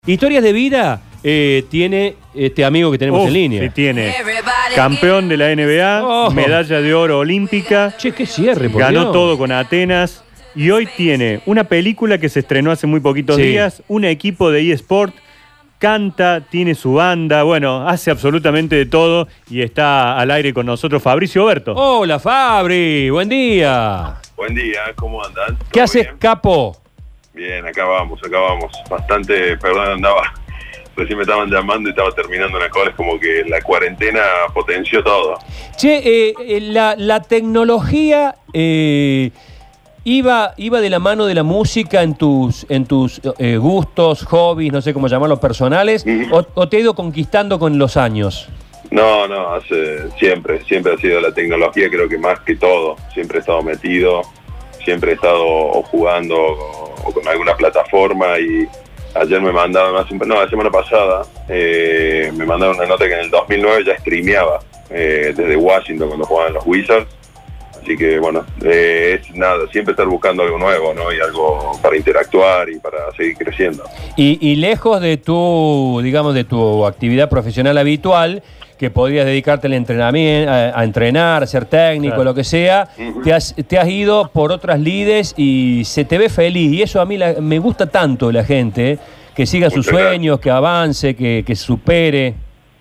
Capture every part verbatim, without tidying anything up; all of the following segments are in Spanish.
Historias de vida eh, tiene este amigo que tenemos Uf, en línea. Sí, tiene. Campeón de la N B A, Oh. medalla de oro olímpica. Che, qué cierre, por Ganó Dios. todo con Atenas. Y hoy tiene una película que se estrenó hace muy poquitos Sí. días, un equipo de eSport, canta, tiene su banda, bueno, hace absolutamente de todo y está al aire con nosotros Fabricio Oberto. Hola, Fabri, buen día. Buen día, ¿cómo andan? ¿Qué ¿Todo haces, bien? capo? Bien, acá vamos, acá vamos. Bastante, perdón, andaba, recién me estaban llamando y estaba terminando una cola, es como que la cuarentena potenció todo. Che, eh, eh, la, la tecnología eh, iba, iba de la mano de la música en tus, en tus eh, gustos, hobbies, no sé cómo llamarlos, personales, Ujú. o, o te ha ido conquistando con los años. No, no, hace, siempre, siempre ha sido la tecnología, creo que más que todo. Siempre he estado metido, siempre he estado o jugando o, o con alguna plataforma y ayer me mandaron, hace un- no, la semana pasada, eh, me mandaron una nota que en el dos mil nueve ya streameaba eh, desde Washington cuando jugaban los Wizards. Así que bueno, eh, es nada, siempre estar buscando algo nuevo, ¿no? Y algo para interactuar y para seguir creciendo. Y, y lejos de tu, digamos, de tu actividad profesional habitual, que podrías dedicarte al entrenamiento, a, a entrenar, a ser técnico, Claro. lo que sea, Ujú. te, has, te has ido por otras lides y se te ve feliz. Y eso a mí la- me gusta tanto de la gente, que siga sus Muchas sueños, que avance, que, que supere.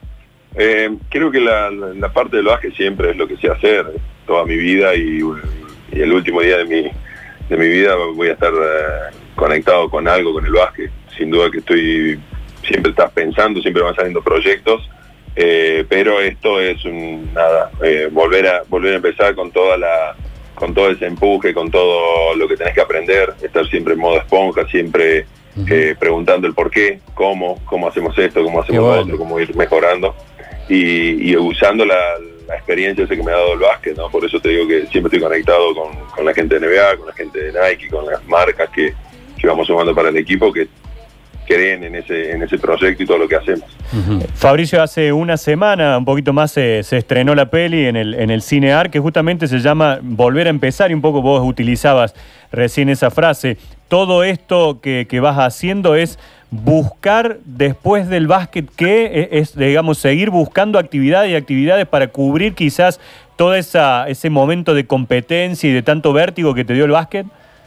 Eh, creo que la, la- la parte del básquet siempre es lo que sé hacer, toda mi vida y, y el último día de mi, de mi vida voy a estar eh, conectado con algo, con el básquet. Sin duda que estoy, siempre estás pensando, siempre van saliendo proyectos, eh, pero esto es un, nada, eh, volver a volver a empezar con toda la con todo ese empuje, con todo lo que tenés que aprender, estar siempre en modo esponja, siempre eh, preguntando el por qué, cómo, cómo hacemos esto, cómo hacemos Qué lo bueno. otro, cómo ir mejorando y, y usando la, la experiencia esa que me ha dado el básquet, ¿no? Por eso te digo que siempre estoy conectado con, con la gente de N B A, con la gente de Nike, con las marcas que, que vamos sumando para el equipo, que creen en ese, en ese proyecto y todo lo que hacemos. Fabricio, hace una semana, un poquito más, se, se estrenó la peli en el, en el Cinear, que justamente se llama Volver a empezar, y un poco vos utilizabas recién esa frase. Todo esto que, que vas haciendo es buscar después del básquet, que es, digamos, seguir buscando actividades y actividades para cubrir quizás todo esa, ese momento de competencia y de tanto vértigo que te dio el básquet.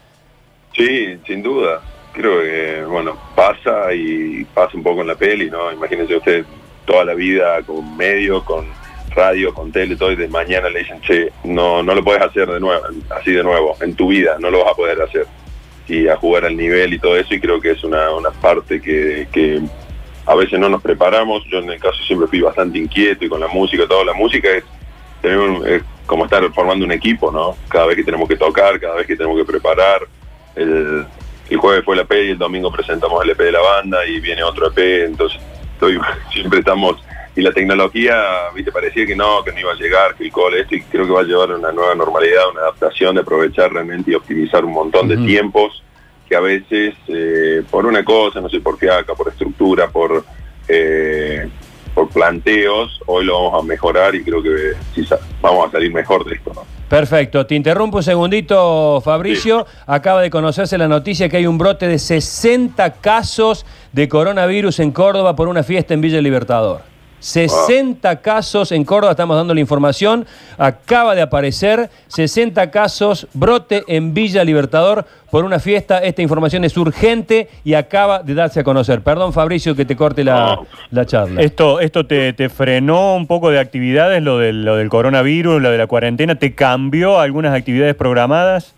Sí, sin duda. Creo que, bueno, pasa y pasa un poco en la peli, ¿no? Imagínense usted toda la vida con medios, con radio, con tele, todo, y de mañana le dicen, che, no, no lo puedes hacer de nuevo, así de nuevo, en tu vida, no lo vas a poder hacer. Y a jugar al nivel y todo eso, y creo que es una, una parte que, que a veces no nos preparamos. Yo en el caso siempre fui bastante inquieto y con la música, todo, la música es, tener un- es como estar formando un equipo, ¿no? Cada vez que tenemos que tocar, cada vez que tenemos que preparar. El, el jueves fue la E P y el domingo presentamos el E P de la banda y viene otro E P, entonces estoy, siempre estamos, y la tecnología, viste, parecía que no, que no iba a llegar, que el cole esto, y creo que va a llevar una nueva normalidad, una adaptación de aprovechar realmente y optimizar un montón de Ujú. tiempos que a veces, eh, por una cosa, no sé, por fiaca, por estructura, por eh, por planteos, hoy lo vamos a mejorar y creo que sí, sa- vamos a salir mejor de esto, ¿no? Perfecto. Te interrumpo un segundito, Fabricio. Acaba de conocerse la noticia que hay un brote de sesenta casos de coronavirus en Córdoba por una fiesta en Villa Libertador. sesenta casos en Córdoba, estamos dando la información. Acaba de aparecer sesenta casos, brote en Villa Libertador por una fiesta. Esta información es urgente y acaba de darse a conocer. Perdón, Fabricio, que te corte la, No. la charla. ¿Esto, esto te, te frenó un poco de actividades, lo del, lo del coronavirus, lo de la cuarentena? ¿Te cambió algunas actividades programadas?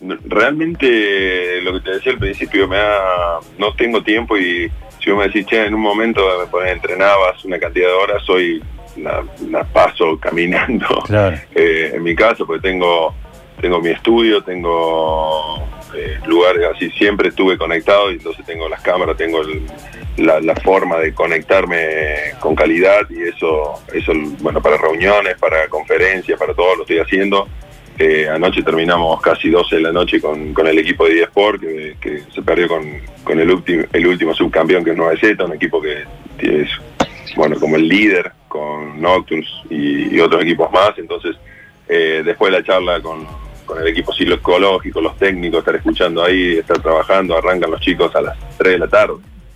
Realmente lo que te decía al principio, me ha, no tengo tiempo y si vos me decís, che, en un momento me pones, entrenabas una cantidad de horas, hoy la, la paso caminando Claro. eh, en mi casa porque tengo, tengo mi estudio, tengo eh, lugares así, siempre estuve conectado y entonces tengo las cámaras, tengo el- la, la forma de conectarme con calidad y eso, eso, bueno, para reuniones, para conferencias, para todo lo estoy haciendo. Eh, anoche terminamos casi doce de la noche con, con el equipo de eSport, que, que se perdió con, con el, último, el último subcampeón, que es nueve Z, un equipo que es, bueno, como el líder, con Nocturnes y, y otros equipos más. Entonces, eh, después de la charla con, con el equipo psicológico, los técnicos, estar escuchando ahí, estar trabajando, arrancan los chicos a las tres de la tarde.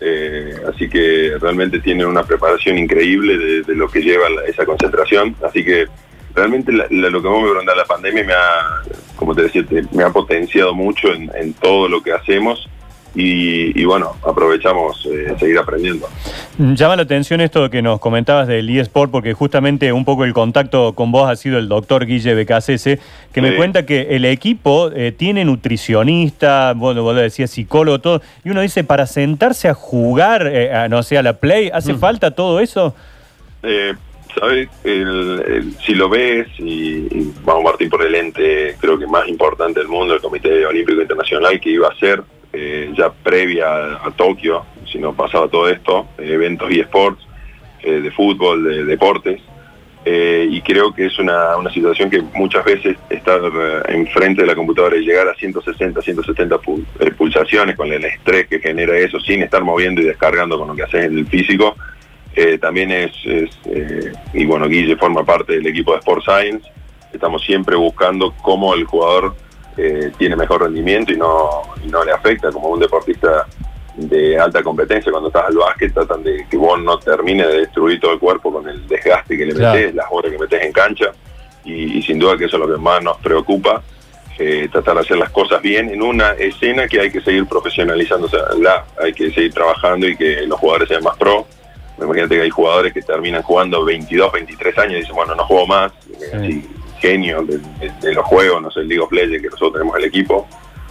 eh, así que realmente tienen una preparación increíble de, de lo que lleva la, esa concentración, así que realmente la, la, lo que vos me preguntás, la pandemia me ha, como te decía, te, me ha potenciado mucho en, en todo lo que hacemos. Y, y bueno, aprovechamos eh, seguir aprendiendo. Llama la atención esto que nos comentabas del eSport, porque justamente un poco el contacto con vos ha sido el doctor Guille Becasese, que sí. me cuenta que el equipo eh, tiene nutricionista, vos, vos lo decías, psicólogo, todo, y uno dice, para sentarse a jugar, eh, a, no sé, a la Play, ¿hace mm. falta todo eso? Eh, ¿Sabes? El, el, si lo ves, y, y vamos a partir por el ente, creo que más importante del mundo, el Comité Olímpico Internacional, que iba a ser Eh, ya previa a, a Tokio, si no pasaba todo esto, eh, eventos eSports, eh, de fútbol, de deportes, eh, y creo que es una, una situación que muchas veces estar eh, enfrente de la computadora y llegar a ciento sesenta, ciento setenta pul eh, pulsaciones con el estrés que genera eso, sin estar moviendo y descargando con lo que haces en el físico, eh, también es, es eh, y bueno, Guille forma parte del equipo de Sport Science, estamos siempre buscando cómo el jugador Eh, tiene mejor rendimiento y no, y no le afecta, como un deportista de alta competencia. Cuando estás al básquet tratan de que vos no termines de destruir todo el cuerpo con el desgaste que le claro. metés, las horas que metés en cancha, y, y sin duda que eso es lo que más nos preocupa, eh, tratar de hacer las cosas bien en una escena que hay que seguir profesionalizando, o sea, la, hay que seguir trabajando y que los jugadores sean más pro. Imagínate que hay jugadores que terminan jugando veintidós, veintitrés años y dicen, bueno, no juego más, sí. así, genio de, de, de los juegos, no sé, el League of Legends que nosotros tenemos el equipo,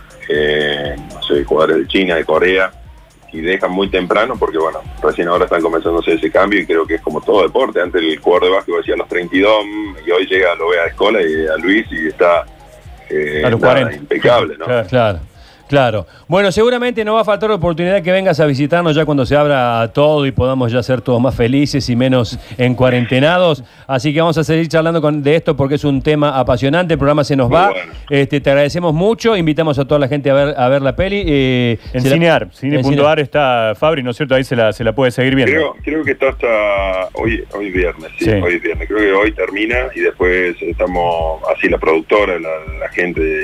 eh, no sé, jugadores de China, de Corea, y dejan muy temprano porque, bueno, recién ahora están comenzando a hacer ese cambio y creo que es como todo deporte. Antes el jugador de básquet decía a los treinta y dos y hoy llega, lo ve a Escola y a Luis y está eh, a los nada, cuarenta. Impecable, ¿no? Claro, claro. Claro. Bueno, seguramente no va a faltar la oportunidad que vengas a visitarnos ya cuando se abra todo y podamos ya ser todos más felices y menos en cuarentenados. Así que vamos a seguir charlando con, de esto porque es un tema apasionante. El programa se nos va. Bueno. Este, te agradecemos mucho. Invitamos a toda la gente a ver, a ver la peli. Eh, en Cinear. Cine punto ar está Fabri, ¿no es cierto? Ahí se la, se la puede seguir viendo. Creo, creo que está hasta hoy, hoy viernes. Sí, sí, hoy viernes. Creo que hoy termina y después estamos, así la productora, la, la gente de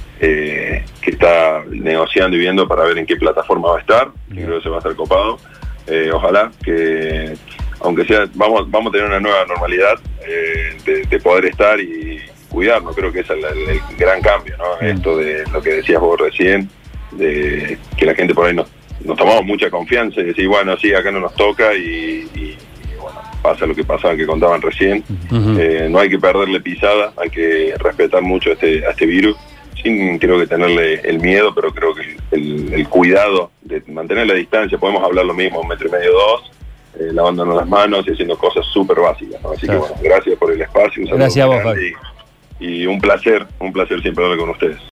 Eh, que está negociando y viendo para ver en qué plataforma va a estar. Bien. Creo que se va a estar copado. Eh, ojalá que, aunque sea, vamos, vamos a tener una nueva normalidad eh, de, de poder estar y cuidarnos. Creo que ese es el, el gran cambio, ¿no? Bien. Esto de lo que decías vos recién, de que la gente por ahí nos, nos tomamos mucha confianza y decir, bueno, sí, acá no nos toca y, y, y bueno, pasa lo que pasaba, que contaban recién. Uh-huh. eh, no hay que perderle pisada, hay que respetar mucho a este, a este virus. Sin creo que tenerle el miedo, pero creo que el, el cuidado de mantener la distancia, podemos hablar lo mismo, un metro y medio, dos, eh, lavándonos las manos y haciendo cosas súper básicas, ¿no? Así claro. que bueno, gracias por el espacio, un gracias a vos, y, y un placer, un placer siempre hablar con ustedes.